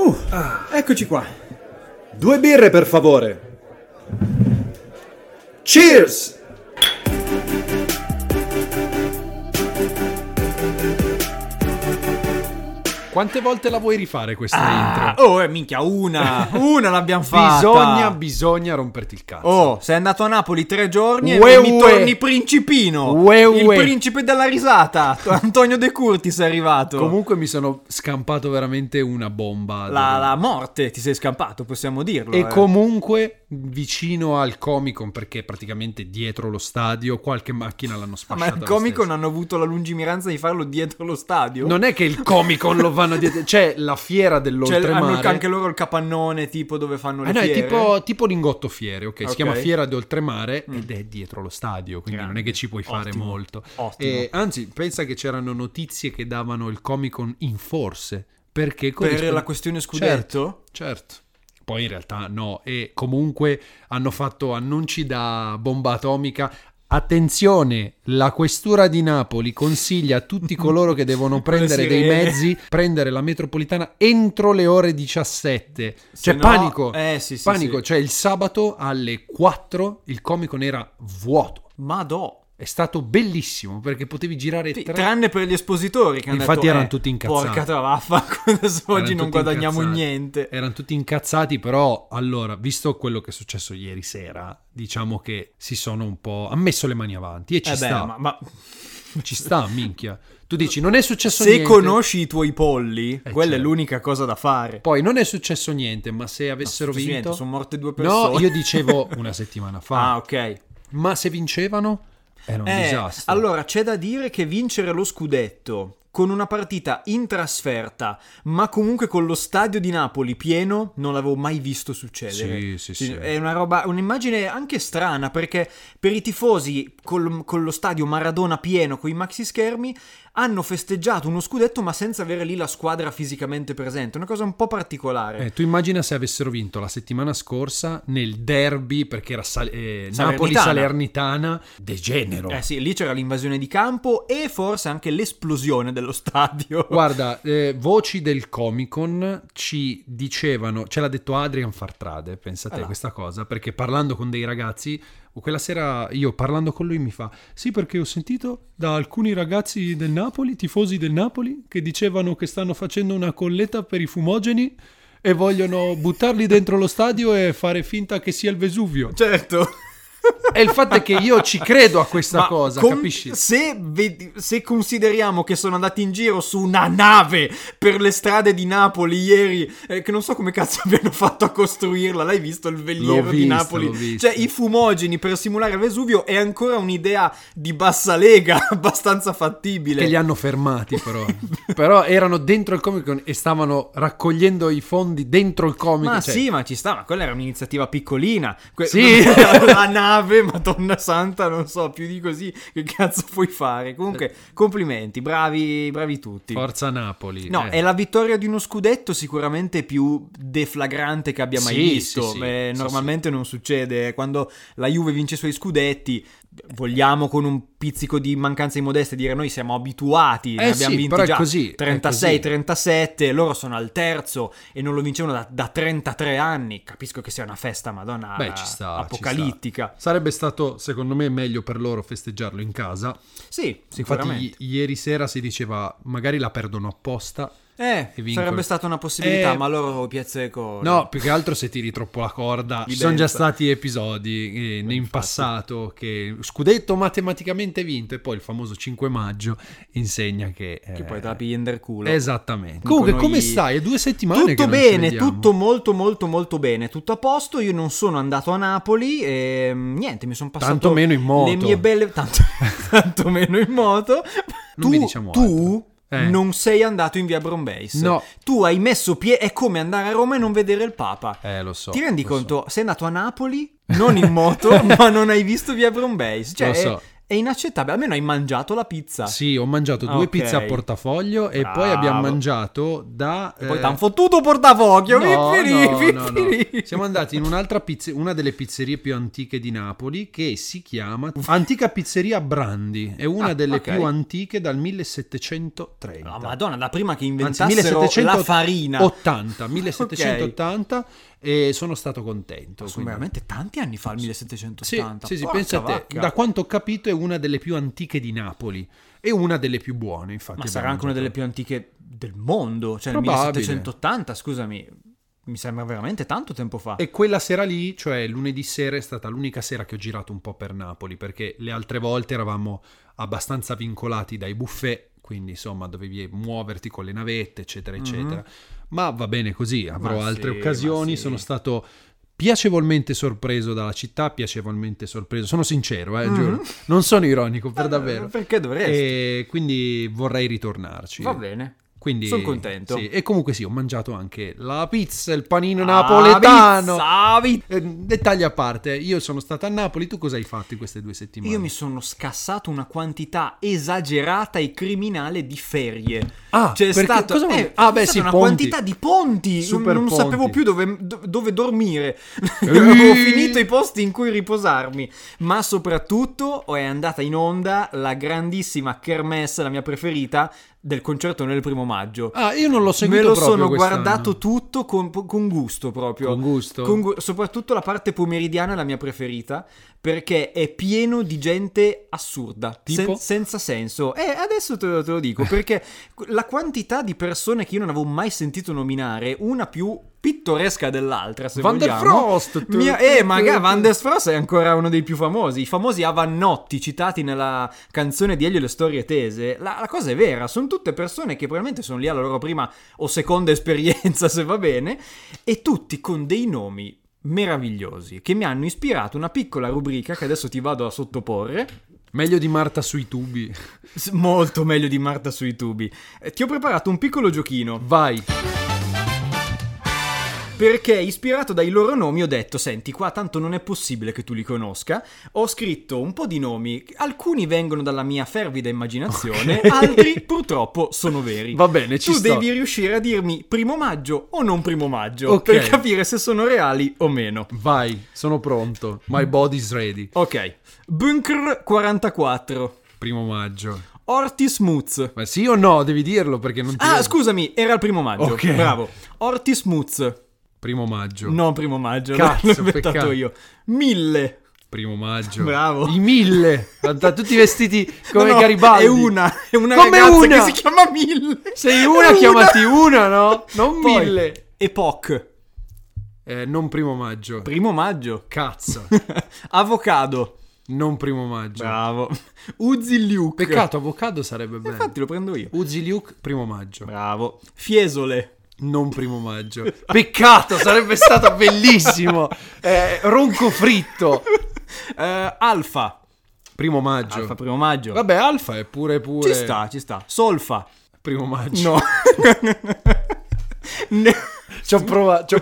Eccoci qua. 2 birre, per favore. Cheers! Quante volte la vuoi rifare questa intro? Oh, minchia, una l'abbiamo fatta. Bisogna romperti il cazzo. Oh, sei andato a Napoli 3 giorni e Ue, mi ue. torni principino. Ue, il ue. principe della risata. Antonio De Curtis è arrivato. Comunque mi sono scampato veramente una bomba. La morte ti sei scampato, possiamo dirlo. E comunque vicino al Comic-Con, perché praticamente dietro lo stadio qualche macchina l'hanno Ma sfasciata. il Comic-Con hanno avuto la lungimiranza di farlo dietro lo stadio? Non è che il Comic-Con lo fanno dietro, c'è la fiera dell'oltremare. Hanno anche loro il capannone tipo dove fanno le no, fiere. è tipo Lingotto Fiere, ok? Si Ok. chiama Fiera d'Oltremare ed è dietro lo stadio, quindi Grande. non è che ci puoi fare Ottimo. molto. Ottimo. Anzi, pensa che c'erano notizie che davano il Comic-Con in forse, perché Per la questione scudetto? Certo. Poi in realtà no, e comunque hanno fatto annunci da bomba atomica. Attenzione, la questura di Napoli consiglia a tutti coloro che devono prendere dei sirene. mezzi prendere la metropolitana entro le ore 17. Se Cioè no- panico, sì, panico. sì. Cioè il sabato alle 4 il Comic-Con era vuoto. Madò. È stato bellissimo perché potevi girare Sì, tre. tranne per gli espositori che hanno Infatti detto, erano tutti incazzati. Porca traffa, adesso oggi non tutti guadagniamo incazzati. niente. Erano tutti incazzati, però allora, visto quello che è successo ieri sera, diciamo che si sono un po' han messo le mani avanti e ci sta. Ma Ci sta, minchia. Tu dici, non è successo se niente. conosci i tuoi polli, quella è certo. l'unica cosa da fare. Poi non è successo niente, ma se avessero Niente, vinto... sono morte 2 persone. No, io dicevo una settimana fa. Ah, ok. Ma se vincevano, era un disastro. Allora, c'è da dire che vincere lo scudetto con una partita in trasferta, ma comunque con lo stadio di Napoli pieno, non l'avevo mai visto succedere. Sì. È una roba, un'immagine anche strana, perché per i tifosi con lo stadio Maradona pieno, con i maxi schermi, hanno festeggiato uno scudetto ma senza avere lì la squadra fisicamente presente. Una cosa un po' particolare. Tu immagina se avessero vinto la settimana scorsa nel derby, perché era Napoli-Salernitana, degenero. Sì, lì c'era l'invasione di campo e forse anche l'esplosione dello stadio. Guarda, voci del Comic-Con ci dicevano, ce l'ha detto Adrian Fartrade, pensa te questa cosa, perché parlando con dei ragazzi, quella sera io parlando con lui mi fa, sì, perché ho sentito da alcuni ragazzi del Napoli, tifosi del Napoli, che dicevano che stanno facendo una colletta per i fumogeni e vogliono buttarli dentro lo stadio e fare finta che sia il Vesuvio. Certo. E il fatto è che io ci credo a questa cosa, capisci? Se consideriamo che sono andati in giro su una nave per le strade di Napoli ieri, che non so come cazzo abbiano fatto a costruirla, l'hai visto il veliero di Napoli? L'ho visto. Cioè i fumogeni per simulare il Vesuvio è ancora un'idea di bassa lega, abbastanza fattibile. Che li hanno fermati però erano dentro il Comic-Con e stavano raccogliendo i fondi dentro il Comic-Con. Ma cioè, sì, ma ci sta, ma quella era un'iniziativa piccolina. Sì. La nave, Madonna Santa, non so, più di così che cazzo puoi fare? Comunque, complimenti, bravi tutti. Forza Napoli. No, è la vittoria di uno scudetto sicuramente più deflagrante che abbia mai Sì, visto. sì, Normalmente non succede. Quando la Juve vince i suoi scudetti, vogliamo con un pizzico di mancanza di modestia dire noi siamo abituati, ne abbiamo vinti però è già così, 36, 37, loro sono al terzo e non lo vincevano da 33 anni. Capisco che sia una festa, Madonna, ci sta, apocalittica. Sarebbe stato, secondo me, meglio per loro festeggiarlo in casa. Sì, sicuramente. Infatti ieri sera si diceva magari la perdono apposta. Sarebbe stata una possibilità, ma loro piazza e core. No, più che altro se tiri troppo la corda. Ci sono già stati episodi in passato che scudetto matematicamente vinto e poi il famoso 5 maggio insegna che poi te la pigli in del culo. Esattamente. Comunque come stai? È 2 settimane tutto che non bene, ci vediamo. tutto molto molto molto bene, tutto a posto. Io non sono andato a Napoli e niente, mi sono passato Tanto meno in moto. le mie belle tanto meno in moto. Non mi diciamo tu non sei andato in via Brombeis. No. Tu hai messo piede. È come andare a Roma e non vedere il Papa. Lo so. Ti rendi conto? Sei andato a Napoli, non in moto, ma non hai visto via Brombeis. Cioè, lo so. È inaccettabile. Almeno hai mangiato la pizza. Sì, ho mangiato 2 Ok. pizze a portafoglio e Bravo. poi abbiamo mangiato da... E poi t'han fottuto portafoglio. No. Siamo andati in un'altra una delle pizzerie più antiche di Napoli, che si chiama Antica Pizzeria Brandi. È una delle ok. più antiche dal 1730. La Madonna, da prima che Anzi, inventassero la farina. 1780 e sono stato contento. Sono veramente tanti anni fa, il 1780. Sì, Porca pensa a te. vacca. Da quanto ho capito è una delle più antiche di Napoli e una delle più buone, infatti. Ma sarà anche una delle più antiche del mondo. Cioè, Probabile. nel 1780, scusami. Mi sembra veramente tanto tempo fa. E quella sera lì, cioè lunedì sera, è stata l'unica sera che ho girato un po' per Napoli, perché le altre volte eravamo abbastanza vincolati dai buffet, quindi insomma dovevi muoverti con le navette, eccetera, eccetera. Ma va bene così, avrò Ma altre sì, occasioni, ma sì. sono stato piacevolmente sorpreso dalla città, piacevolmente sorpreso, sono sincero, giuro, non sono ironico, per davvero. Perché dovresti? E quindi vorrei ritornarci. Va bene. Quindi, Sono contento. sì. E comunque sì, ho mangiato anche la pizza, il panino napoletano. Dettagli a parte, io sono stato a Napoli, tu cosa hai fatto in queste 2 settimane? Io mi sono scassato una quantità esagerata e criminale di ferie. Ah, c'è perché- stato, cosa vuoi- c'è Ah, beh, stata sì, una ponti. quantità di ponti. Super non ponti. sapevo più dove dormire. Avevo finito i posti in cui riposarmi. Ma soprattutto è andata in onda la grandissima kermesse, la mia preferita, del concerto nel 1 maggio. Ah, io non l'ho seguito Me lo proprio sono quest'anno. guardato tutto con gusto proprio. Con gusto? Soprattutto la parte pomeridiana è la mia preferita, perché è pieno di gente assurda, Tipo? senza senso. E adesso te lo dico, perché la quantità di persone che io non avevo mai sentito nominare, una più pittoresca dell'altra, se Van der vogliamo. Frost! Magari Van der Frost è ancora uno dei più famosi. I famosi avannotti citati nella canzone di Elio e le storie tese. La cosa è vera, sono tutte persone che probabilmente sono lì alla loro prima o seconda esperienza, se va bene, e tutti con dei nomi meravigliosi che mi hanno ispirato una piccola rubrica che adesso ti vado a sottoporre. Meglio di Marta sui tubi. Molto meglio di Marta sui tubi. Ti ho preparato un piccolo giochino. Vai. Perché ispirato dai loro nomi ho detto, senti qua tanto non è possibile che tu li conosca, ho scritto un po' di nomi, alcuni vengono dalla mia fervida immaginazione, altri purtroppo sono veri. Va bene, ci tu sto. devi riuscire a dirmi 1 maggio o non 1 maggio, Ok. per capire se sono reali o meno. Vai, sono pronto. My body's ready. Ok, Bunker 44, 1 maggio. Ortis Muz. Ma sì o no? Devi dirlo perché non ti... Ah, scusami, era il 1 maggio, Ok. bravo. Ortis Muz, 1 maggio. non 1 maggio, Cazzo, l'ho inventato peccato. io. 1000. 1 maggio. Bravo. I 1000. Tutti vestiti come No, Garibaldi. È una Come ragazza una? che si chiama 1000. Sei una, È chiamati una, no? Non Poi, 1000. Epoch, Non 1 maggio. 1 maggio. Cazzo. Avocado, Non 1 maggio. bravo. Uzi Luke. Peccato, avocado sarebbe bello. Infatti lo prendo io. Uzi Luke, 1 maggio. Bravo. Fiesole. Non 1 maggio. Peccato, sarebbe stato bellissimo. Ronco fritto. Alfa. 1 maggio. Alfa 1 maggio. Vabbè, Alfa è pure. Ci sta. Solfa. 1 maggio. No. Ci ho provato.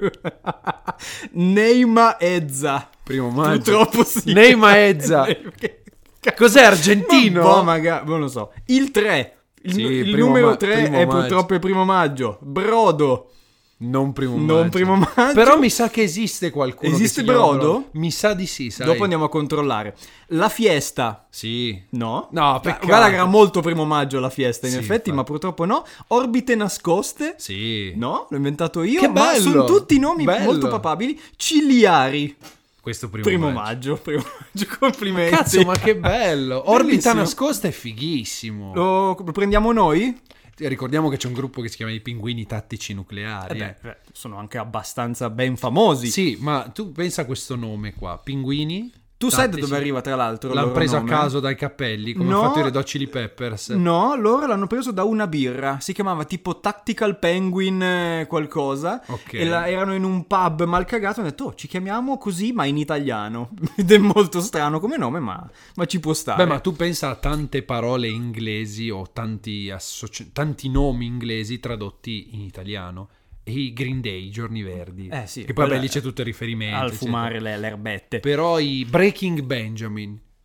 Neima Ezza. 1 maggio. Purtroppo sì. Neima Ezza. Cos'è, argentino? Boh, magari, non lo so. Il 3. Il numero 3 è purtroppo il 1 maggio. Brodo. Non 1 maggio. Non 1 maggio. Però mi sa che esiste qualcuno. Esiste che si chiama Brodo? Mi sa di sì, sai. Dopo andiamo a controllare. La fiesta. Sì. No? No, peccato. Guarda che era molto 1 maggio la fiesta, in Sì, effetti, infatti. ma purtroppo no. Orbite nascoste. Sì. No, l'ho inventato io. Che ma bello! sono tutti nomi Bello. molto papabili. Ciliari. Questo 1 1 maggio. maggio. Complimenti. Cazzo, ma che bello. Orbita Bellissimo. nascosta è fighissimo. Lo prendiamo noi? Ricordiamo che c'è un gruppo che si chiama i Pinguini Tattici Nucleari. Sono anche abbastanza ben famosi. Sì, ma tu pensa a questo nome qua. Pinguini. Tu sai da Tattici. dove arriva, tra l'altro? il L'hanno loro preso nome? a caso dai cappelli, come No. ha fatto i Red Hot Chili Peppers. No, loro l'hanno preso da una birra. Si chiamava tipo Tactical Penguin qualcosa. Ok. E erano in un pub mal cagato. Hanno detto, ci chiamiamo così, ma in italiano. Ed è molto strano come nome, ma ci può stare. Beh, ma tu pensa a tante parole inglesi o tanti nomi inglesi tradotti in italiano. E i Green Day, i Giorni Verdi. Sì. Che poi vabbè, lì c'è tutto il riferimento. Al eccetera. fumare le erbette. Però i Breaking Benjamin.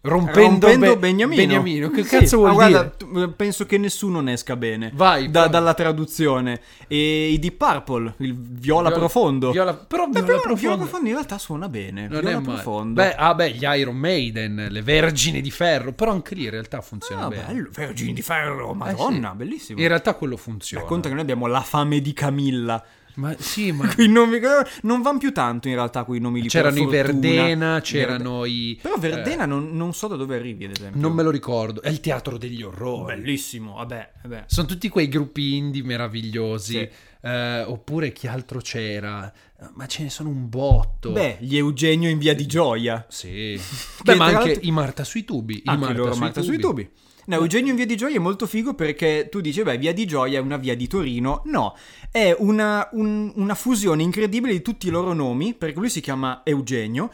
Rompendo Beniamino. Beniamino. Che cazzo vuol guarda, dire? penso che nessuno ne esca bene. Vai, dalla traduzione. E i Deep Purple, il viola profondo. Però Viola profondo in realtà suona bene. Non viola è male. profondo. Gli Iron Maiden, le Vergini di Ferro, però anche lì in realtà funziona bene. Bello, Vergini di Ferro, madonna, bellissimo. In realtà quello funziona. Conta che noi abbiamo La fame di Camilla. Ma Quei nomi non vanno più tanto in realtà quei nomi lì. c'erano i per fortuna. Verdena, c'erano i... Però Verdena non so da dove arrivi, ad esempio. Non me lo ricordo. È il teatro degli orrori. Bellissimo, vabbè. Sono tutti quei gruppi indie meravigliosi. Sì. Oppure chi altro c'era? Ma ce ne sono un botto. Beh, gli Eugenio in Via di Gioia. Sì. Beh, ma tra anche l'altro- i Marta sui tubi. Anche loro Marta sui tubi. No, Eugenio in Via di Gioia è molto figo perché tu dici, Via di Gioia è una via di Torino. No, è una fusione incredibile di tutti i loro nomi, perché lui si chiama Eugenio,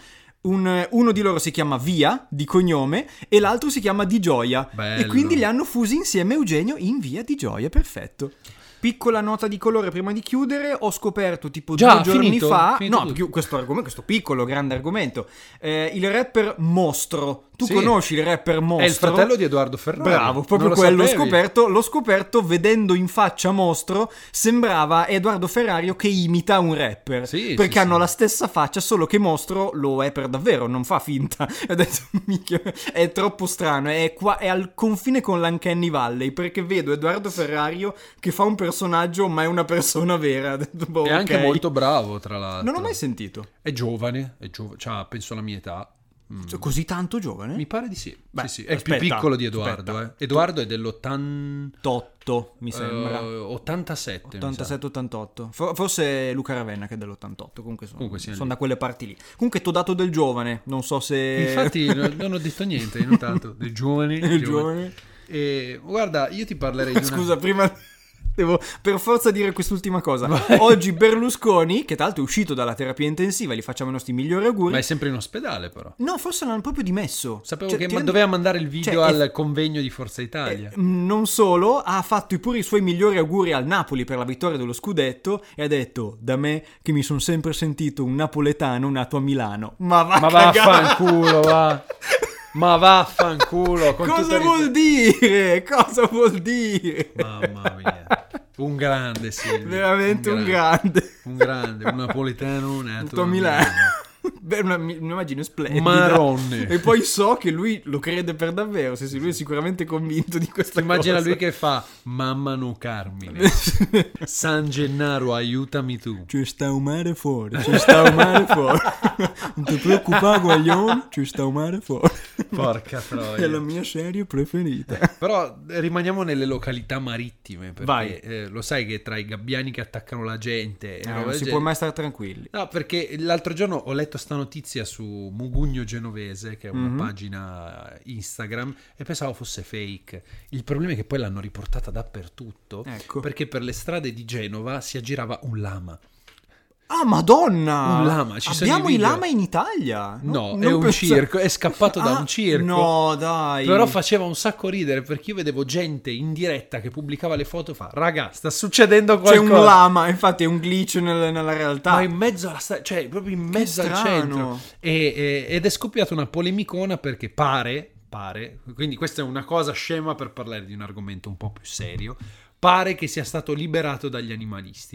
uno di loro si chiama Via, di cognome, e l'altro si chiama Di Gioia. Bello. E quindi li hanno fusi insieme Eugenio in Via di Gioia, perfetto. Piccola nota di colore prima di chiudere, ho scoperto tipo 2 giorni finito? fa, Finito no, tutto. questo piccolo grande argomento, il rapper Mostro. Tu Sì. conosci il rapper Mostro? È il fratello di Edoardo Ferrari. Bravo, proprio Non lo quello. sapevi? L'ho scoperto vedendo in faccia Mostro, sembrava Edoardo Ferrario che imita un rapper. Sì, perché sì, hanno sì. la stessa faccia, solo che Mostro lo è per davvero, non fa finta. E ho detto, minchia, è troppo strano, è al confine con l'Uncanny Valley, perché vedo Edoardo Ferrario che fa un personaggio ma è una persona vera. Ho detto, boh, È anche ok. molto bravo, tra l'altro. Non ho mai sentito. È giovane, cioè, penso la mia età. Così tanto giovane? Mi pare di sì. Beh, Sì, sì. È aspetta, più piccolo di Edoardo. aspetta. Edoardo è dell'80... 88, mi sembra. 87. mi sa. 87-88. Forse Luca Ravenna che è dell'88. Comunque Comunque sì, sono lì. da quelle parti lì. Comunque t'ho dato del giovane. Non so se. Infatti non ho detto niente, hai notato. Dei giovani. Il giovane. E guarda, io ti parlerei di una... Scusa, prima devo per forza dire quest'ultima cosa. Oggi Berlusconi, che tra l'altro è uscito dalla terapia intensiva, gli facciamo i nostri migliori auguri. Ma è sempre in ospedale, però. No, forse l'hanno proprio dimesso. Sapevo Cioè, che ti rendi- doveva mandare il video Cioè, al convegno di Forza Italia. Non solo, ha fatto pure i suoi migliori auguri al Napoli per la vittoria dello scudetto e ha detto: da me che mi sono sempre sentito un napoletano nato a Milano. Ma Ma cagare. vaffanculo, va. Ma vaffanculo. Con Cosa tutta vuol dire? Cosa vuol dire? Mamma mia. Un grande, Silvio. Veramente un grande. Un grande, un napoletano nato Nato a Milano. Beh, un'immagine splendida. Marronne. E poi so che lui lo crede per davvero. Sì, lui è sicuramente convinto di questa Immagina cosa. lui che fa Mamma no Carmine. San Gennaro, aiutami tu. Ci sta un mare fuori, ci sta un mare fuori. Non ti preoccupare, guaglione, ci sta un mare fuori. Porca È troia. la mia serie preferita. Però rimaniamo nelle località marittime. Vai. Perché lo sai che tra i gabbiani che attaccano la gente e roba Non del si genere- può mai stare tranquilli. No, perché l'altro giorno ho letto sta notizia su Mugugno Genovese, che è una pagina Instagram, e pensavo fosse fake. Il problema è che poi l'hanno riportata dappertutto, Ecco. perché per le strade di Genova si aggirava un lama. Ah, madonna! Un lama, ci sono Abbiamo i i video. lama in Italia? No, Non è un pensa- circo, è scappato da Ah, un circo. No, dai. Però faceva un sacco ridere perché io vedevo gente in diretta che pubblicava le foto e fa: raga, sta succedendo C'è qualcosa. un lama, infatti è un glitch nella realtà. Ma in mezzo alla strada, cioè proprio in mezzo al strano. centro. Ed è scoppiata una polemicona perché pare, quindi questa è una cosa scema per parlare di un argomento un po' più serio, pare che sia stato liberato dagli animalisti.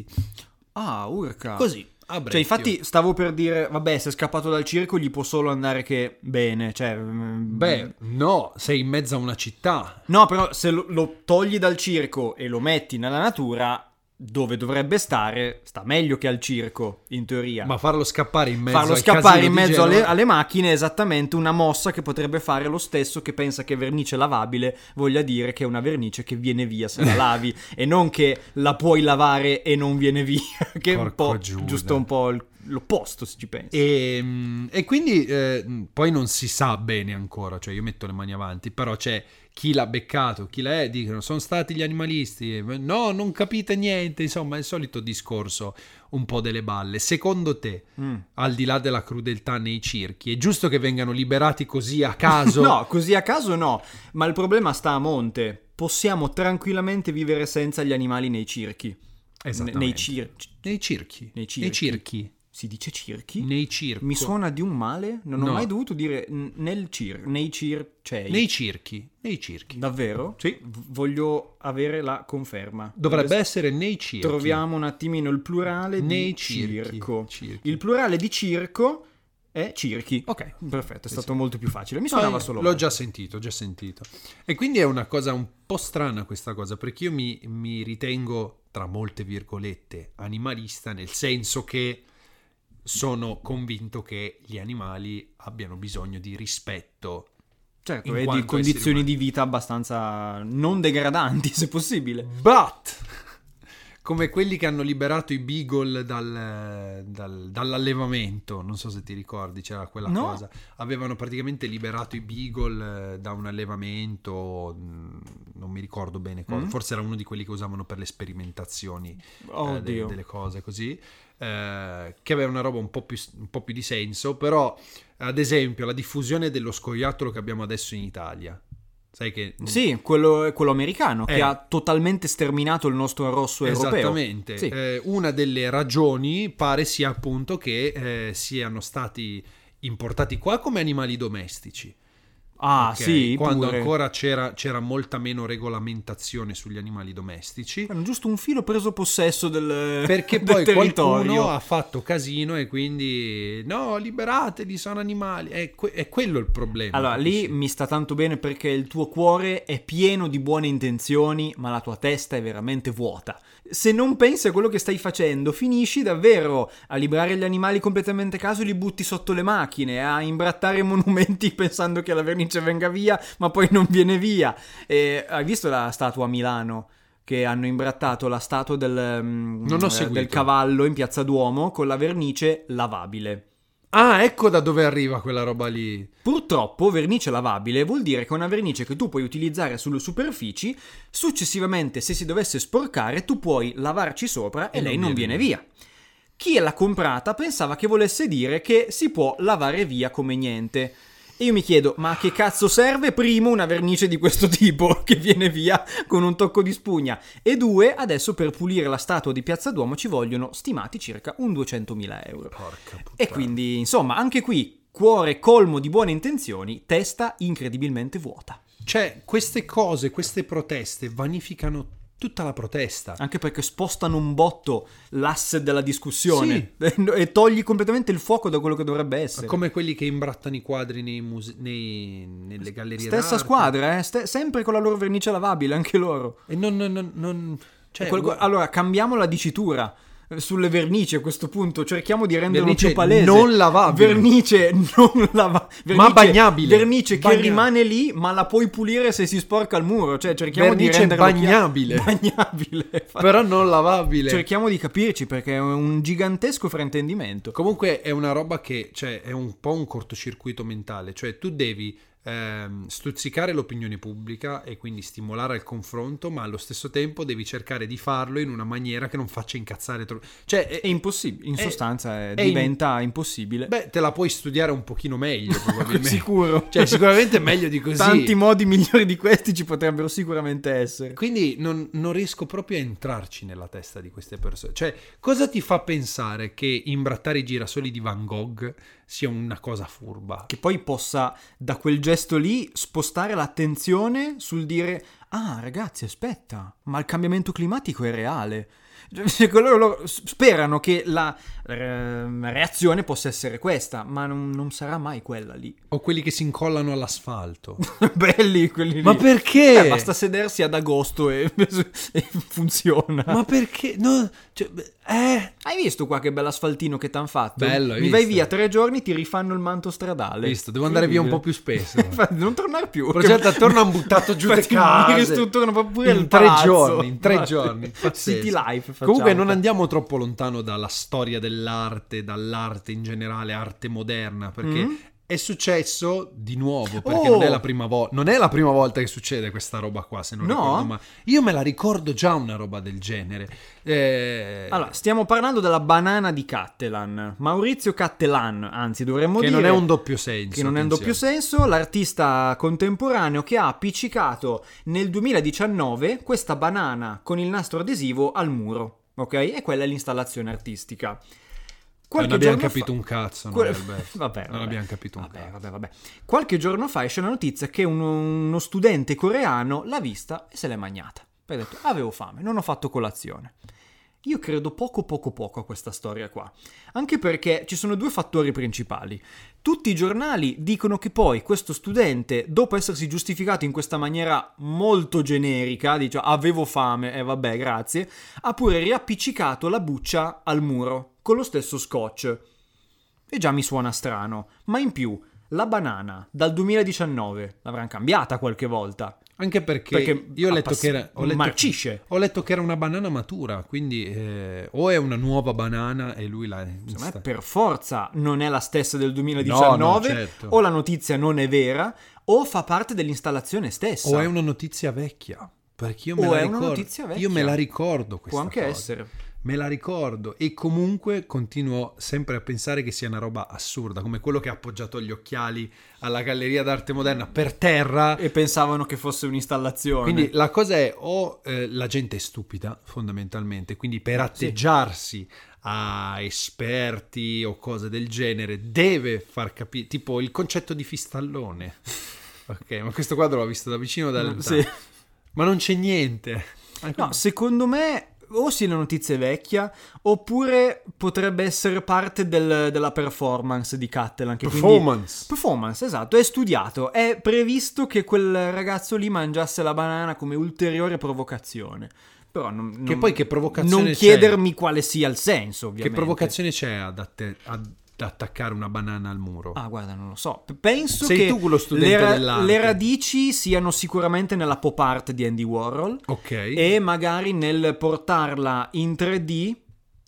Ah, urca. Così, a Cioè, brevio. infatti stavo per dire, vabbè, se è scappato dal circo gli può solo andare che bene, cioè... Beh, no, sei in mezzo a una città. No, però se lo togli dal circo e lo metti nella natura, dove dovrebbe stare, sta meglio che al circo, in teoria. Ma farlo scappare in mezzo Farlo al scappare casino in di mezzo Genova- alle macchine è esattamente una mossa che potrebbe fare lo stesso che pensa che vernice lavabile voglia dire che è una vernice che viene via se la lavi e non che la puoi lavare e non viene via, che è un Porco po' Giuda. giusto un po' l'opposto, se ci pensi. E quindi poi non si sa bene ancora, cioè io metto le mani avanti, però c'è chi l'ha beccato, chi l'è, dicono sono stati gli animalisti, no, non capite niente, insomma è il solito discorso un po' delle balle. Secondo te, al di là della crudeltà nei circhi, è giusto che vengano liberati così a caso? No, così a caso no, ma il problema sta a monte. Possiamo tranquillamente vivere senza gli animali nei circhi. Esattamente. Nei circhi. Nei circhi. Nei circhi. Nei circhi. Si dice circhi? Nei circhi. Mi suona di un male? Non ho mai dovuto dire nei circhi. Davvero? Sì. Voglio avere la conferma. Dovrebbe essere nei circhi. Troviamo un attimino il plurale nei di circo. Circhi. Il plurale di circo è circhi. Ok, perfetto, è stato molto più facile. Mi suonava solo l'ho già sentito. E quindi è una cosa un po' strana questa cosa, perché io mi ritengo, tra molte virgolette, animalista, nel senso che sono convinto che gli animali abbiano bisogno di rispetto. Certo, e di condizioni di vita abbastanza non degradanti, se possibile. But, come quelli che hanno liberato i beagle dall'allevamento, non so se ti ricordi, c'era quella cosa. Avevano praticamente liberato i beagle da un allevamento, non mi ricordo bene cosa, forse era uno di quelli che usavano per le sperimentazioni delle cose così. Che aveva una roba un po' più di senso, però ad esempio la diffusione dello scoiattolo che abbiamo adesso in Italia, sai che sì, quello americano che ha totalmente sterminato il nostro rosso europeo. Esattamente, sì. Una delle ragioni pare sia appunto che siano stati importati qua come animali domestici. Sì, quando pure. Ancora c'era molta meno regolamentazione sugli animali domestici. Giusto un filo preso possesso perché del poi territorio. Qualcuno ha fatto casino e quindi no, liberateli, sono animali. È quello il problema. Allora lì mi sta tanto bene, perché il tuo cuore è pieno di buone intenzioni, ma la tua testa è veramente vuota. Se non pensi a quello che stai facendo, finisci davvero a liberare gli animali completamente a caso e li butti sotto le macchine, a imbrattare monumenti pensando che la vernice venga via, ma poi non viene via. Hai visto la statua a Milano? Che hanno imbrattato la statua del cavallo in Piazza Duomo con la vernice lavabile. Ah, ecco da dove arriva quella roba lì. Purtroppo vernice lavabile vuol dire che è una vernice che tu puoi utilizzare sulle superfici, successivamente se si dovesse sporcare tu puoi lavarci sopra e lei non viene via. Chi l'ha comprata pensava che volesse dire che si può lavare via come niente. E io mi chiedo, ma che cazzo serve? Primo, una vernice di questo tipo che viene via con un tocco di spugna, e due, adesso per pulire la statua di Piazza Duomo ci vogliono stimati circa un 200.000 euro. Porca puttana. E quindi, insomma, anche qui, cuore colmo di buone intenzioni, testa incredibilmente vuota. Cioè, queste cose, queste proteste vanificano tutta la protesta. Anche perché spostano un botto l'asse della discussione, sì. E togli completamente il fuoco da quello che dovrebbe essere. Come quelli che imbrattano i quadri nelle gallerie stessa d'arte. Squadra, sempre con la loro vernice lavabile, anche loro. E non cioè, allora cambiamo la dicitura sulle vernici a questo punto, cerchiamo di renderlo vernice più palese. Non lavabile. Vernice non lavabile, ma bagnabile. Vernice che rimane lì, ma la puoi pulire se si sporca il muro. Cioè cerchiamo vernice di renderlo bagnabile. Però non lavabile. Cerchiamo di capirci, perché è un gigantesco fraintendimento. Comunque è una roba che, cioè, è un po' un cortocircuito mentale. Cioè tu devi stuzzicare l'opinione pubblica e quindi stimolare al confronto, ma allo stesso tempo devi cercare di farlo in una maniera che non faccia incazzare troppo. Cioè è impossibile, in sostanza diventa impossibile. Beh, te la puoi studiare un pochino meglio probabilmente. Sicuro. Cioè sicuramente meglio di così. Tanti modi migliori di questi ci potrebbero sicuramente essere. Quindi non riesco proprio a entrarci nella testa di queste persone. Cioè, cosa ti fa pensare che imbrattare i girasoli di Van Gogh sia una cosa furba? Che poi possa, da quel gesto lì, spostare l'attenzione sul dire: ah ragazzi, aspetta, ma il cambiamento climatico è reale. Loro sperano che la reazione possa essere questa, ma non sarà mai quella lì. O quelli che si incollano all'asfalto. Belli quelli lì. Ma perché? Basta sedersi ad agosto e funziona. Ma perché? No, cioè, Hai visto qua che bell'asfaltino che t'han fatto? Bello, Mi vai via 3 giorni, ti rifanno il manto stradale. Visto, devo andare via un po' più spesso. Non tornare più. Progetto attorno hanno buttato giù le case. Mi ristrutturano pure in il 3 palazzo. giorni. In 3 giorni. City Life. Comunque non andiamo troppo lontano dalla storia dell'arte, dall'arte in generale, arte moderna, perché è successo di nuovo, perché non è la prima volta che succede questa roba qua, se non ricordo, ma io me la ricordo già una roba del genere. Allora, stiamo parlando della banana di Cattelan, Maurizio Cattelan, anzi dovremmo dire che non è un doppio senso. Che non è un doppio senso, l'artista contemporaneo che ha appiccicato nel 2019 questa banana con il nastro adesivo al muro, ok? E quella è l'installazione artistica. Non abbiamo capito un cazzo, no, Alberto? Vabbè. Non abbiamo capito un cazzo. Vabbè. Qualche giorno fa esce la notizia che uno studente coreano l'ha vista e se l'è mangiata. Poi ha detto, avevo fame, non ho fatto colazione. Io credo poco a questa storia qua, anche perché ci sono due fattori principali. Tutti i giornali dicono che poi questo studente, dopo essersi giustificato in questa maniera molto generica, dice avevo fame e vabbè grazie, ha pure riappiccicato la buccia al muro con lo stesso scotch. E già mi suona strano, ma in più la banana dal 2019 l'avranno cambiata qualche volta. Anche perché io ho letto che era marcisce. Ho letto che era una banana matura, quindi o è una nuova banana e lui l'ha Secondo me per forza non è la stessa del 2019, no, certo. O la notizia non è vera o fa parte dell'installazione stessa. O è una notizia vecchia, perché io me la ricordo. Una notizia vecchia. Io me la ricordo questa Può anche cosa. essere. Me la ricordo e comunque continuo sempre a pensare che sia una roba assurda, come quello che ha appoggiato gli occhiali alla Galleria d'Arte Moderna per terra e pensavano che fosse un'installazione. Quindi la cosa è o la gente è stupida fondamentalmente, quindi per atteggiarsi a esperti o cose del genere deve far capire, tipo il concetto di fistallone. Ok, ma questo quadro l'ho visto da vicino da lontano. Sì. Ma non c'è niente. No, secondo me o sì la notizia è vecchia oppure potrebbe essere parte della performance di Catalan. Performance, esatto, è studiato, è previsto che quel ragazzo lì mangiasse la banana come ulteriore provocazione. Però che provocazione non chiedermi quale sia il senso, ovviamente. Che provocazione c'è ad attaccare una banana al muro? Ah, guarda, non lo so. Penso Sei che tu quello studente dell'arte. Le radici siano sicuramente nella pop art di Andy Warhol. Ok. E magari nel portarla in 3D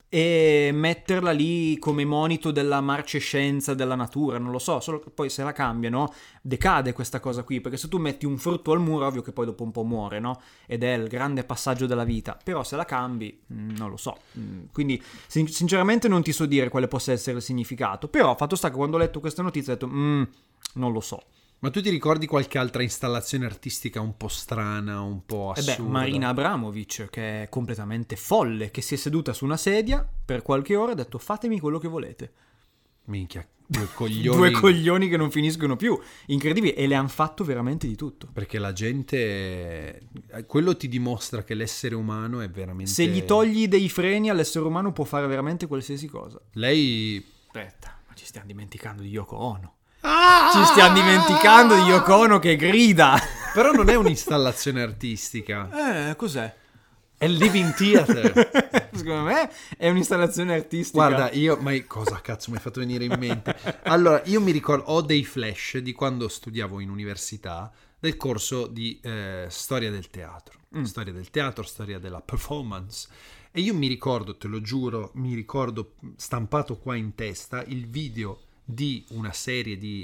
e metterla lì come monito della marcescenza della natura, non lo so, solo che poi se la cambiano decade questa cosa qui, perché se tu metti un frutto al muro ovvio che poi dopo un po' muore, no? Ed è il grande passaggio della vita, però se la cambi non lo so, quindi sinceramente non ti so dire quale possa essere il significato, però fatto sta che quando ho letto questa notizia ho detto non lo so. Ma tu ti ricordi qualche altra installazione artistica un po' strana, un po' assurda? Marina Abramovic, che è completamente folle, che si è seduta su una sedia per qualche ora e ha detto fatemi quello che volete. Minchia, due coglioni. Due coglioni che non finiscono più. Incredibile, e le hanno fatto veramente di tutto. Perché la gente... Quello ti dimostra che l'essere umano è veramente... Se gli togli dei freni all'essere umano può fare veramente qualsiasi cosa. Lei... Aspetta, ma ci stiamo dimenticando di Yoko Ono. Ci stiamo dimenticando di Yoko Ono che grida. Però non è un'installazione artistica. Cos'è? È il Living Theater. Secondo me è un'installazione artistica. Guarda, ma cosa cazzo mi hai fatto venire in mente? Allora, io mi ricordo, ho dei flash di quando studiavo in università, del corso di storia del teatro. Storia del teatro, storia della performance. E io mi ricordo, te lo giuro, mi ricordo stampato qua in testa il video di una serie di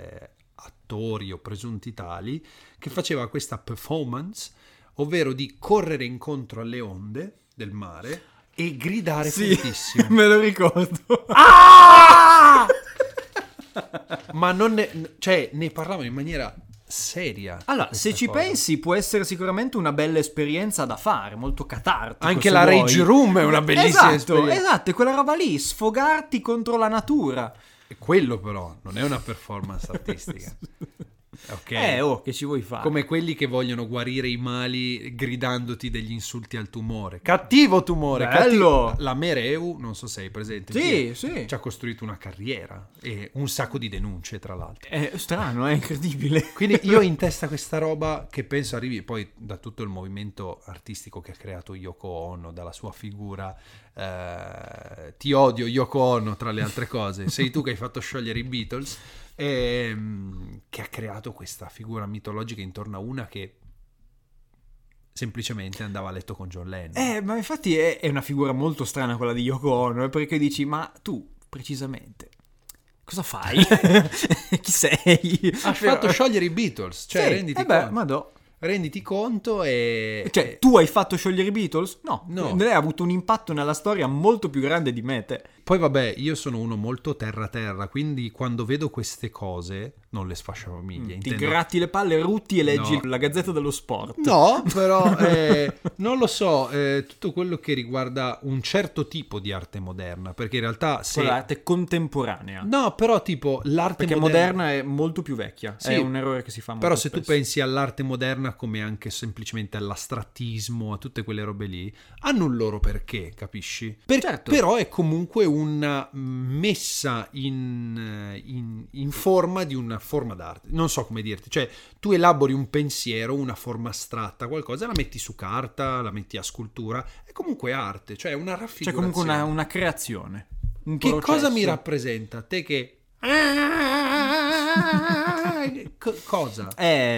attori o presunti tali che faceva questa performance, ovvero di correre incontro alle onde del mare e gridare fortissimo. Me lo ricordo. Ma non ne parlavano in maniera seria. Allora, se ci pensi può essere sicuramente una bella esperienza da fare, molto catartico. Anche la Rage Room è una bellissima esperienza. Esatto, è quella roba lì, sfogarti contro la natura. Quello però non è una performance artistica. Ok. Che ci vuoi fare? Come quelli che vogliono guarire i mali gridandoti degli insulti al tumore. Cattivo tumore. Bello. La Mereu, non so se sei presente. Sì. Ci ha costruito una carriera e un sacco di denunce, tra l'altro. È strano, è incredibile. Quindi io ho in testa questa roba che penso arrivi poi da tutto il movimento artistico che ha creato Yoko Ono, dalla sua figura. Ti odio Yoko Ono, tra le altre cose. Sei tu che hai fatto sciogliere i Beatles. Che ha creato questa figura mitologica intorno a una che semplicemente andava a letto con John Lennon. Ma infatti è una figura molto strana quella di Yoko Ono, perché dici, ma tu precisamente cosa fai? Chi sei? Ha fatto sciogliere i Beatles, cioè renditi conto. Renditi conto e... Cioè, tu hai fatto sciogliere i Beatles? No. Lei ha avuto un impatto nella storia molto più grande di me, te. poi vabbè, io sono uno molto terra, quindi quando vedo queste cose non le sfasciafamiglia. Ti gratti le palle, rutti e leggi No. la Gazzetta dello Sport. No, però non lo so, tutto quello che riguarda un certo tipo di arte moderna, perché in realtà se... L'arte contemporanea. No, però tipo l'arte Perché moderna è molto più vecchia. Sì, è un errore che si fa molto però se tu spesso. pensi all'arte moderna come anche semplicemente all'astrattismo, a tutte quelle robe lì, hanno un loro perché, capisci? Certo. Però è comunque una messa in forma di una forma d'arte. Non so come dirti, cioè tu elabori un pensiero, una forma astratta, qualcosa, la metti su carta, la metti a scultura, è comunque arte, cioè una C'è raffigurazione. comunque una creazione. Un Che processo. cosa mi rappresenta? Te che... cosa?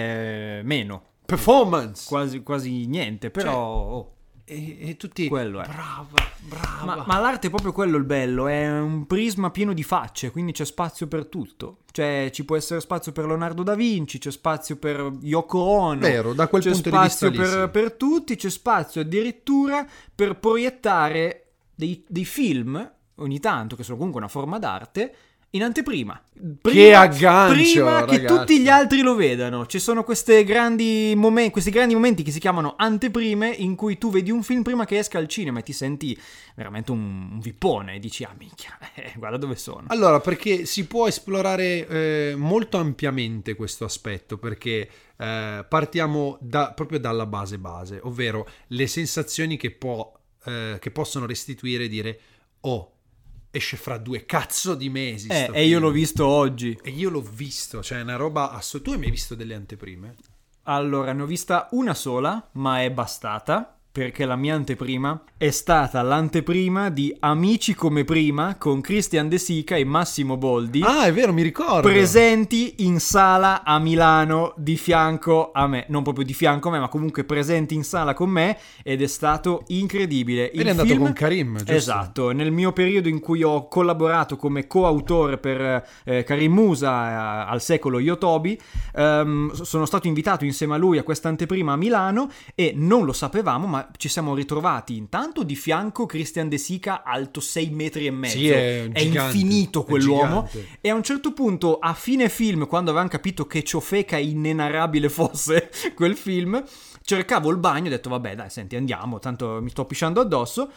Meno. Performance. Quasi niente, però... oh. E tutti... Quello è. Brava. Ma l'arte è proprio quello il bello, è un prisma pieno di facce, quindi c'è spazio per tutto. Cioè ci può essere spazio per Leonardo da Vinci, c'è spazio per Yoko Ono. Vero, da quel c'è punto di vista spazio lì, sì. per tutti, c'è spazio addirittura per proiettare dei film, ogni tanto, che sono comunque una forma d'arte, in anteprima. Che aggancio, prima che ragazzi. tutti gli altri lo vedano. Ci sono questi grandi momenti che si chiamano anteprime, in cui tu vedi un film prima che esca al cinema e ti senti veramente un vippone e dici, ah minchia, guarda dove sono. Allora, perché si può esplorare molto ampiamente questo aspetto, perché partiamo proprio dalla base, ovvero le sensazioni che possono restituire e dire, oh, esce fra 2 cazzo di mesi sto E io film. l'ho visto oggi. E io l'ho visto, cioè è una roba tu hai mai visto delle anteprime? Allora, ne ho vista una sola, ma è bastata, perché la mia anteprima è stata l'anteprima di Amici come prima con Christian De Sica e Massimo Boldi, Ah, è vero, mi ricordo. presenti in sala a Milano di fianco a me, non proprio di fianco a me, ma comunque presenti in sala con me, ed è stato incredibile. Ed è andato con Karim, giusto? Esatto, nel mio periodo in cui ho collaborato come coautore per Karim Musa al secolo Yotobi, sono stato invitato insieme a lui a questa anteprima a Milano e non lo sapevamo, ma ci siamo ritrovati intanto di fianco Christian De Sica alto 6 metri e mezzo. Sì, è gigante, infinito è quell'uomo. gigante. E a un certo punto, a fine film, quando avevamo capito che ciofeca inenarrabile fosse quel film, cercavo il bagno, ho detto vabbè dai senti andiamo, tanto mi sto pisciando addosso.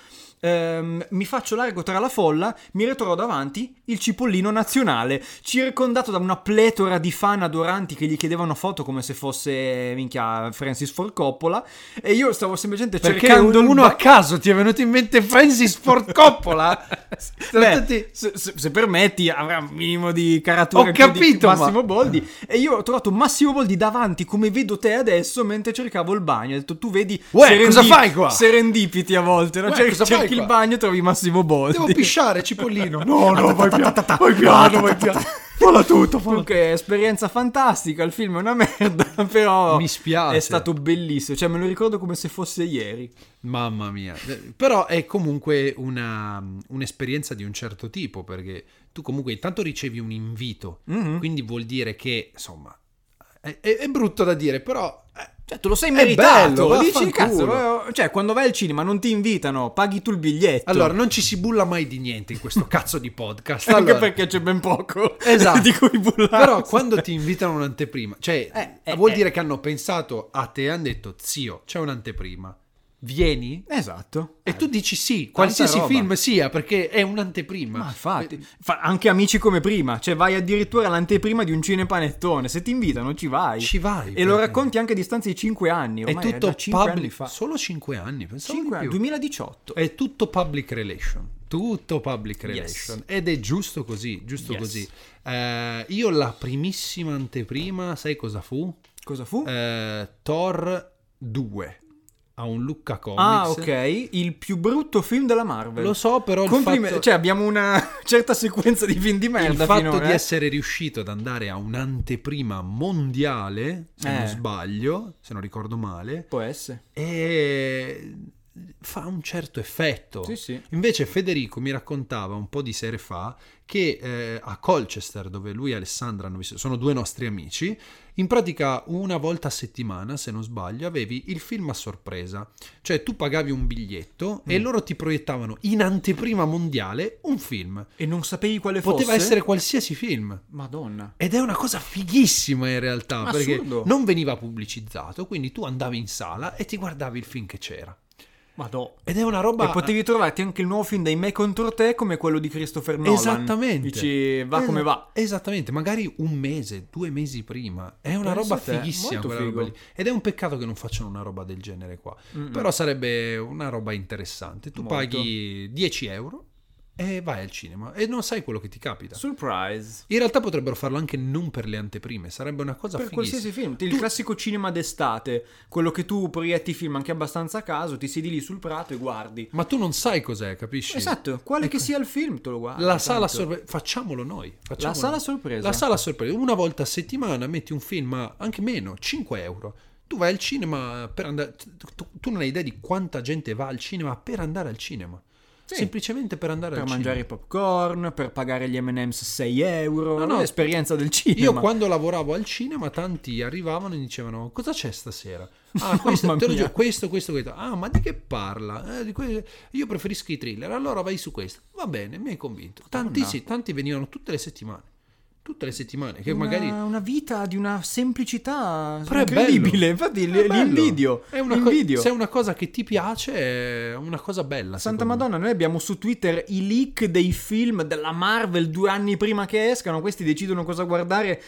Mi faccio largo tra la folla, mi ritrovo davanti il cipollino nazionale, circondato da una pletora di fan adoranti che gli chiedevano foto come se fosse minchia Francis Ford Coppola, e io stavo semplicemente Perché cercando uno a caso ti è venuto in mente Francis Ford Coppola? Beh, se permetti avrà un minimo di caratura Ho capito, di Massimo ma... Boldi, e io ho trovato Massimo Boldi davanti come vedo te adesso mentre cercavo il bagno. Ho detto tu vedi Cosa fai qua? serendipiti a volte, no? Uè, Cerchi cosa fai il qua? bagno, trovi Massimo Boldi. Devo pisciare, cipollino. No, vai piano. Falla tutto. Comunque esperienza fantastica, il film è una merda, però Mi spiace. è stato bellissimo, cioè me lo ricordo come se fosse ieri. Mamma mia. Però è comunque un'esperienza di un certo tipo, perché tu comunque intanto ricevi un invito, quindi vuol dire che, insomma, è brutto da dire, però... Cioè, tu lo sei meritato, bello, dici vaffanculo. cazzo, cioè quando vai al cinema non ti invitano, paghi tu il biglietto. Allora, non ci si bulla mai di niente in questo cazzo di podcast. Anche Allora, perché c'è ben poco esatto. di cui bullarsi. Però quando ti invitano un'anteprima, cioè vuol dire che hanno pensato a te e hanno detto zio, c'è un'anteprima, vieni? Esatto. E tu dici sì, qualsiasi roba. film sia, perché è un'anteprima. Ma infatti, anche Amici come prima, cioè vai addirittura all'anteprima di un cinepanettone, se ti invitano ci vai. Ci vai. E lo perché racconti anche a distanza di 5 anni, è ormai tutto già 5 anni public, fa. solo 5 anni, pensavo 5 di anni, più. 2018. È tutto public relation. Tutto public Yes. relation. Ed è giusto così, giusto Yes. così. Io la primissima anteprima, sai cosa fu? Cosa fu? Thor 2 a un Lucca Comics. Ah, ok, il più brutto film della Marvel. Lo so, però Cioè abbiamo una certa sequenza di film di merda il fatto finora, di essere riuscito ad andare a un'anteprima mondiale, se non sbaglio, se non ricordo male, può essere. e fa un certo effetto. Sì, sì. Invece Federico mi raccontava un po' di sere fa che a Colchester, dove lui e Alessandra hanno vissuto, sono due nostri amici, in pratica una volta a settimana, se non sbaglio, avevi il film a sorpresa. Cioè tu pagavi un biglietto e loro ti proiettavano in anteprima mondiale un film. E non sapevi quale fosse? Poteva essere qualsiasi film. Madonna. Ed è una cosa fighissima in realtà, perché Assurdo. non veniva pubblicizzato, quindi tu andavi in sala e ti guardavi il film che c'era. Madò. Ed è una roba... E potevi trovarti anche il nuovo film dei Me contro te come quello di Christopher Nolan. Esattamente. Dici, va come va. Esattamente, magari un mese, 2 mesi prima. È una roba Pensa te, fighissima molto quella roba figo. lì. Ed è un peccato che non facciano una roba del genere qua. Però sarebbe una roba interessante. Tu Molto. paghi 10 euro e vai al cinema e non sai quello che ti capita. Surprise. In realtà potrebbero farlo anche non per le anteprime, sarebbe una cosa Per fighissima. qualsiasi film. Il classico cinema d'estate. Quello che tu proietti film anche abbastanza a caso, ti siedi lì sul prato e guardi. Ma tu non sai cos'è, capisci? Esatto, quale che sia il film, te lo guardi. La sala tanto. sorpresa, facciamolo noi. La sala sorpresa. La sala sorpresa. Una volta a settimana metti un film a anche meno, 5 euro. Tu vai al cinema per andare. Tu non hai idea di quanta gente va al cinema per andare al cinema. Sì. Semplicemente per andare Per al mangiare i cinema. popcorn, per pagare gli M&M's 6 euro. No, no. L'esperienza del cinema. Io quando lavoravo al cinema tanti arrivavano e dicevano cosa c'è stasera? Ah, questo, Mamma te lo mia. giuro, questo. Ah, ma di che parla? Io preferisco i thriller, allora vai su questo. Va bene, mi hai convinto. Tanti venivano tutte le settimane. Tutte le settimane, che magari... Una vita di una semplicità Però è incredibile. bello. Infatti È bello. li invidio. È una se è una cosa che ti piace, è una cosa bella. Santa secondo me. Madonna, noi abbiamo su Twitter i leak dei film della Marvel 2 anni prima che escano. Questi decidono cosa guardare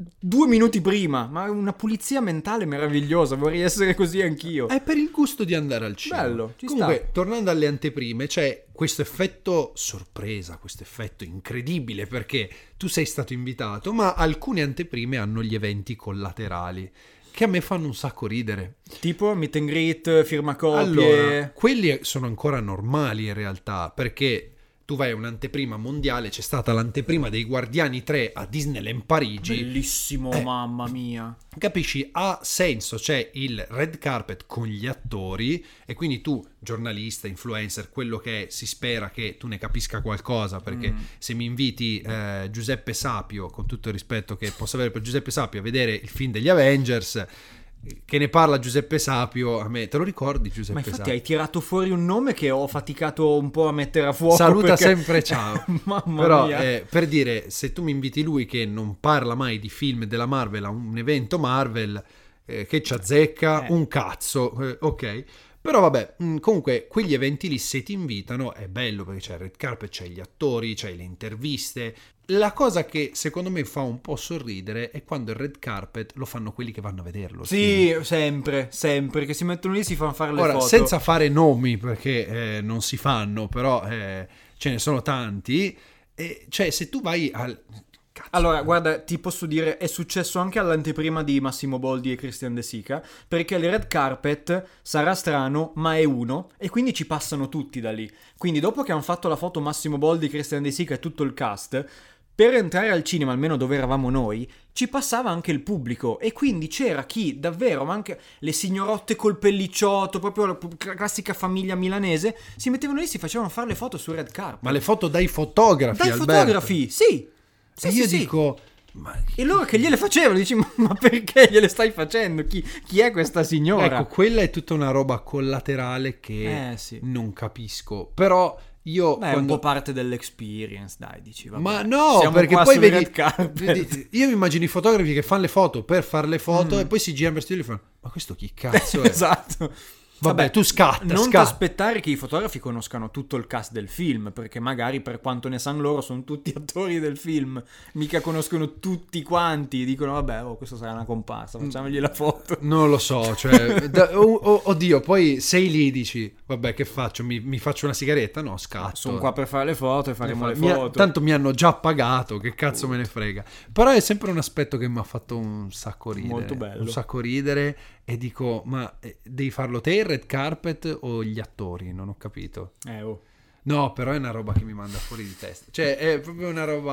2 minuti prima. Ma una pulizia mentale meravigliosa. Vorrei essere così anch'io. È per il gusto di andare al cinema. Bello, ci Comunque, sta. tornando alle anteprime, c'è questo effetto sorpresa, questo effetto incredibile, perché tu sei stato invitato, ma alcune anteprime hanno gli eventi collaterali, che a me fanno un sacco ridere. Tipo meet and greet, firma copie. Allora, quelli sono ancora normali in realtà, perché tu vai a un'anteprima mondiale, c'è stata l'anteprima dei Guardiani 3 a Disneyland Parigi. Bellissimo, mamma mia. Capisci? Ha senso, c'è il red carpet con gli attori e quindi tu, giornalista, influencer, quello che è, si spera che tu ne capisca qualcosa, perché se mi inviti Giuseppe Sapio, con tutto il rispetto che posso avere per Giuseppe Sapio, a vedere il film degli Avengers, che ne parla Giuseppe Sapio, a me, te lo ricordi Giuseppe Ma infatti Sapio? hai tirato fuori un nome che ho faticato un po' a mettere a fuoco. Saluta perché... sempre, ciao. Mamma Però mia. per dire, se tu mi inviti lui che non parla mai di film della Marvel a un evento Marvel, che ci azzecca un cazzo, ok. Però vabbè, comunque quegli eventi lì, se ti invitano, è bello perché c'è il red carpet, c'è gli attori, c'è le interviste. La cosa che secondo me fa un po' sorridere è quando il red carpet lo fanno quelli che vanno a vederlo. Sì, sempre, che si mettono lì e si fanno fare le Ora, foto. senza fare nomi, perché non si fanno, però ce ne sono tanti. Cioè, se tu vai al... Cazzo. Allora, guarda, ti posso dire, è successo anche all'anteprima di Massimo Boldi e Christian De Sica, perché il red carpet sarà strano, ma è uno, e quindi ci passano tutti da lì. Quindi dopo che hanno fatto la foto Massimo Boldi, Christian De Sica e tutto il cast, per entrare al cinema, almeno dove eravamo noi, ci passava anche il pubblico, e quindi c'era chi davvero, ma anche le signorotte col pellicciotto, proprio la classica famiglia milanese, si mettevano lì e si facevano fare le foto sul red carpet. Ma le foto dai fotografi, Dai Alberto. fotografi, sì! Sì, E io sì, sì. dico... Ma... E loro che gliele facevano, dici, ma perché gliele stai facendo? Chi è questa signora? Ecco, quella è tutta una roba collaterale che sì. non capisco. Però io... Beh, è un po' parte dell'experience, dai, dici, vabbè. Ma no, Siamo perché qua poi sul vedi, red carpet. io mi immagino i fotografi che fanno le foto per fare le foto e poi si girano per studio e fanno, ma questo chi cazzo è? Esatto. Vabbè, tu scatta, non ti scatta. aspettare che i fotografi conoscano tutto il cast del film, perché magari per quanto ne sanno loro sono tutti attori del film, mica conoscono tutti quanti, dicono vabbè, questa sarà una comparsa, facciamogli la foto. Non lo so, cioè, oddio, poi sei lì dici, vabbè, che faccio? Mi faccio una sigaretta? No, scatto. Sono qua per fare le foto e faremo le foto. Tanto mi hanno già pagato, che cazzo me ne frega. Però è sempre un aspetto che mi ha fatto un sacco ridere. Molto bello. Un sacco ridere e dico, ma devi farlo te il red carpet o gli attori? Non ho capito. Oh. No, però è una roba che mi manda fuori di testa. Cioè, è proprio una roba...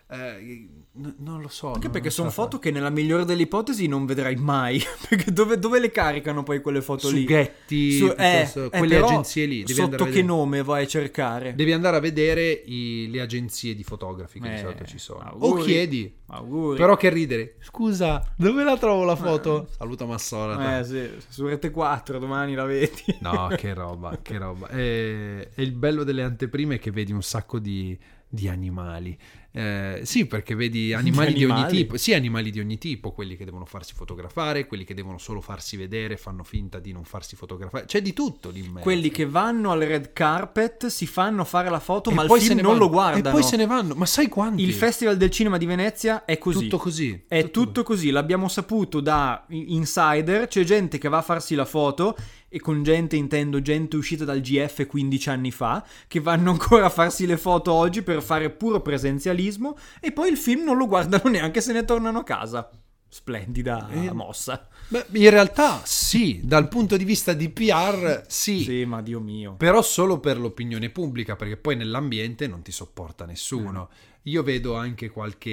Non lo so. Anche perché non sono ce la foto che nella migliore delle ipotesi non vedrai mai. Perché dove le caricano poi quelle foto lì? Su Getty, quelle però agenzie lì. Devi sotto che nome vai a cercare? Devi andare a vedere le agenzie di fotografi che di solito ci sono. Auguri. O chiedi. Auguri. Però che ridere. Scusa, dove la trovo la foto? Saluta Massorata. Sì, su Rete 4 domani la vedi. No, che roba, che roba. E il bello delle anteprime è che vedi un sacco di animali. Sì, perché vedi animali di ogni tipo. Sì, animali di ogni tipo, quelli che devono farsi fotografare, quelli che devono solo farsi vedere, fanno finta di non farsi fotografare. C'è di tutto lì in mezzo. Quelli che vanno al red carpet, si fanno fare la foto, E ma il poi film se ne non vanno. lo guardano. E poi se ne vanno. Ma sai quanti? Il Festival del Cinema di Venezia è così. Tutto così. È tutto così. L'abbiamo saputo da insider. C'è gente che va a farsi la foto, e con gente intendo gente uscita dal GF 15 anni fa, che vanno ancora a farsi le foto oggi per fare puro presenzialismo, e poi il film non lo guardano neanche se ne tornano a casa. Splendida mossa. Beh, in realtà sì, dal punto di vista di PR sì. Sì, ma Dio mio. Però solo per l'opinione pubblica, perché poi nell'ambiente non ti sopporta nessuno. Io vedo anche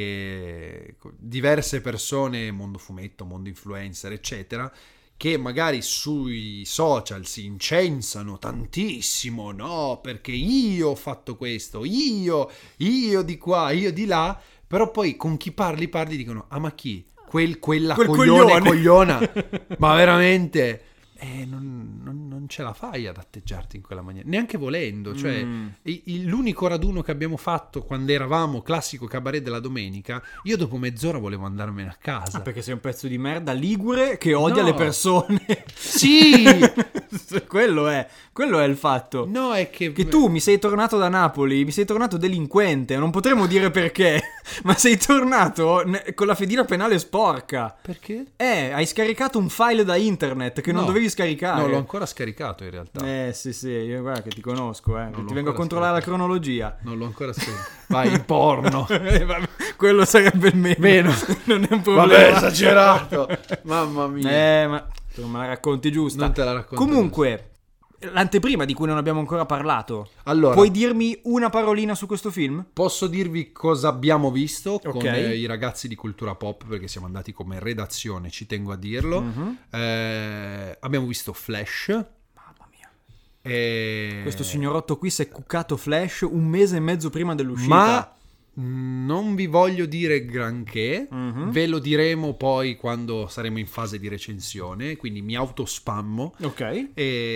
diverse persone, mondo fumetto, mondo influencer, eccetera, che magari sui social si incensano tantissimo, no? Perché io ho fatto questo, io di qua, io di là, però poi con chi parli dicono, ma chi? Quella cogliona, ma veramente non ce la fai ad atteggiarti in quella maniera, neanche volendo. Cioè l'unico raduno che abbiamo fatto quando eravamo classico cabaret della domenica, io dopo mezz'ora volevo andarmene a casa. Perché sei un pezzo di merda ligure che odia le persone. Sì. quello è il fatto. No, è che tu mi sei tornato da Napoli, mi sei tornato delinquente, non potremo dire perché, ma sei tornato con la fedina penale sporca. Perché? Hai scaricato un file da internet che non dovevi scaricare. No, l'ho ancora scaricato in realtà. Sì, io guarda che ti conosco, che ti vengo a controllare la cronologia. Non l'ho ancora scaricato. Vai, il porno. Quello sarebbe il meno. Non è un problema. Vabbè, esagerato. Mamma mia. Ma tu non me la racconti giusta. Non te la racconto. Comunque, l'anteprima di cui non abbiamo ancora parlato. Allora, puoi dirmi una parolina su questo film? Posso dirvi cosa abbiamo visto con i ragazzi di Cultura Pop, perché siamo andati come redazione, ci tengo a dirlo. Abbiamo visto Flash. Mamma mia. Questo signorotto qui si è cuccato Flash un mese e mezzo prima dell'uscita. Ma non vi voglio dire granché, ve lo diremo poi quando saremo in fase di recensione, quindi mi autospammo. Ok.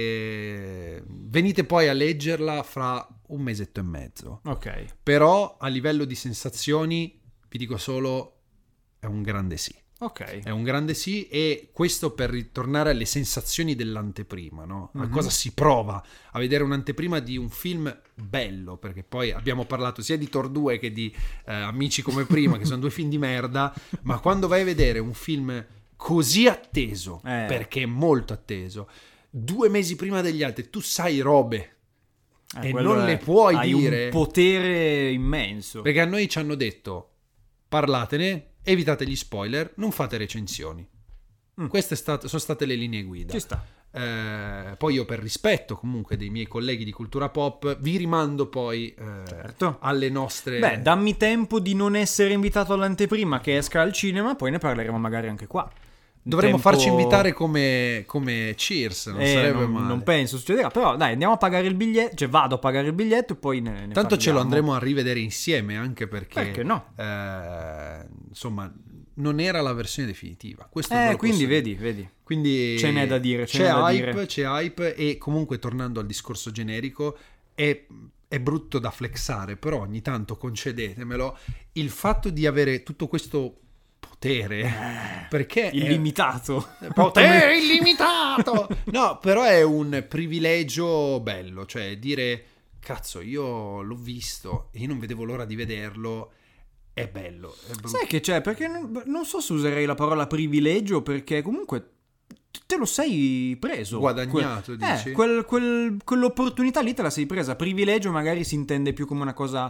E venite poi a leggerla fra un mesetto e mezzo. Ok. Però a livello di sensazioni vi dico solo è un grande sì. Ok. È un grande sì, e questo per ritornare alle sensazioni dell'anteprima, no? A cosa si prova a vedere un'anteprima di un film bello, perché poi abbiamo parlato sia di Thor 2 che di Amici come prima, che sono due film di merda, ma quando vai a vedere un film così atteso, perché è molto atteso, 2 mesi prima degli altri, tu sai robe e non le puoi dire. Hai un potere immenso. Perché a noi ci hanno detto, parlatene, evitate gli spoiler, non fate recensioni. Queste sono state le linee guida. Ci sta. Poi io, per rispetto comunque dei miei colleghi di Cultura Pop, vi rimando poi certo. alle nostre... dammi tempo di non essere invitato all'anteprima che esca al cinema, poi ne parleremo magari anche qua. Dovremmo farci invitare come Cheers, non sarebbe male. Non penso succederà, però dai, andiamo a pagare il biglietto, cioè vado a pagare il biglietto e poi ne tanto parliamo. Ce lo andremo a rivedere insieme, anche perché no? Insomma, non era la versione definitiva. Questo quindi vedi. Quindi ce n'è da dire, c'è hype, e comunque, tornando al discorso generico, è brutto da flexare, però ogni tanto concedetemelo, il fatto di avere tutto questo potere, perché illimitato. Potere illimitato. No, però è un privilegio bello, cioè dire cazzo, io l'ho visto e io non vedevo l'ora di vederlo. È bello. Sai che c'è? Perché non so se userei la parola privilegio, perché comunque te lo sei preso. Guadagnato, dici? Quell'opportunità lì te la sei presa. Privilegio magari si intende più come una cosa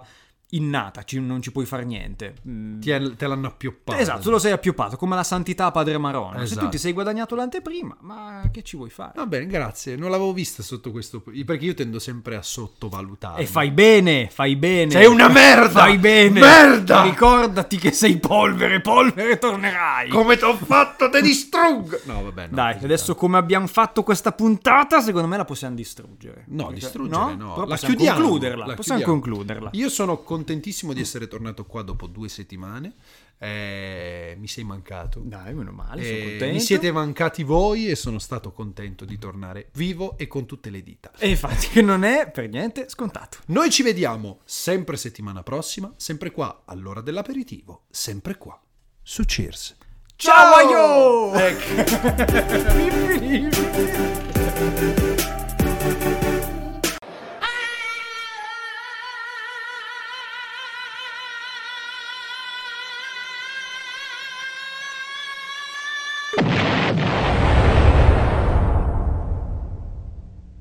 innata, non ci puoi fare niente. Te l'hanno appioppato. Esatto, te lo sei appioppato, come la santità a Padre Marone. Se Esatto. tu ti sei guadagnato l'anteprima, ma che ci vuoi fare? Va bene, grazie. Non l'avevo vista sotto questo... Perché io tendo sempre a sottovalutare. E fai bene. Sei una merda! Fai bene! Merda! Ricordati che sei polvere tornerai! Come t'ho fatto, te distruggo! No, vabbè, no. Dai, adesso come abbiamo fatto questa puntata, secondo me la possiamo distruggere. No, distruggere no. Però La possiamo chiudiamo. concluderla. Possiamo concluderla. Io sono contentissimo di essere tornato qua dopo 2 settimane. Mi sei mancato. Dai, meno male, sono contento. Mi siete mancati voi e sono stato contento di tornare vivo e con tutte le dita. E infatti che non è per niente scontato. Noi ci vediamo sempre settimana prossima, sempre qua all'ora dell'aperitivo, sempre qua su Cheers. Ciao! Ecco.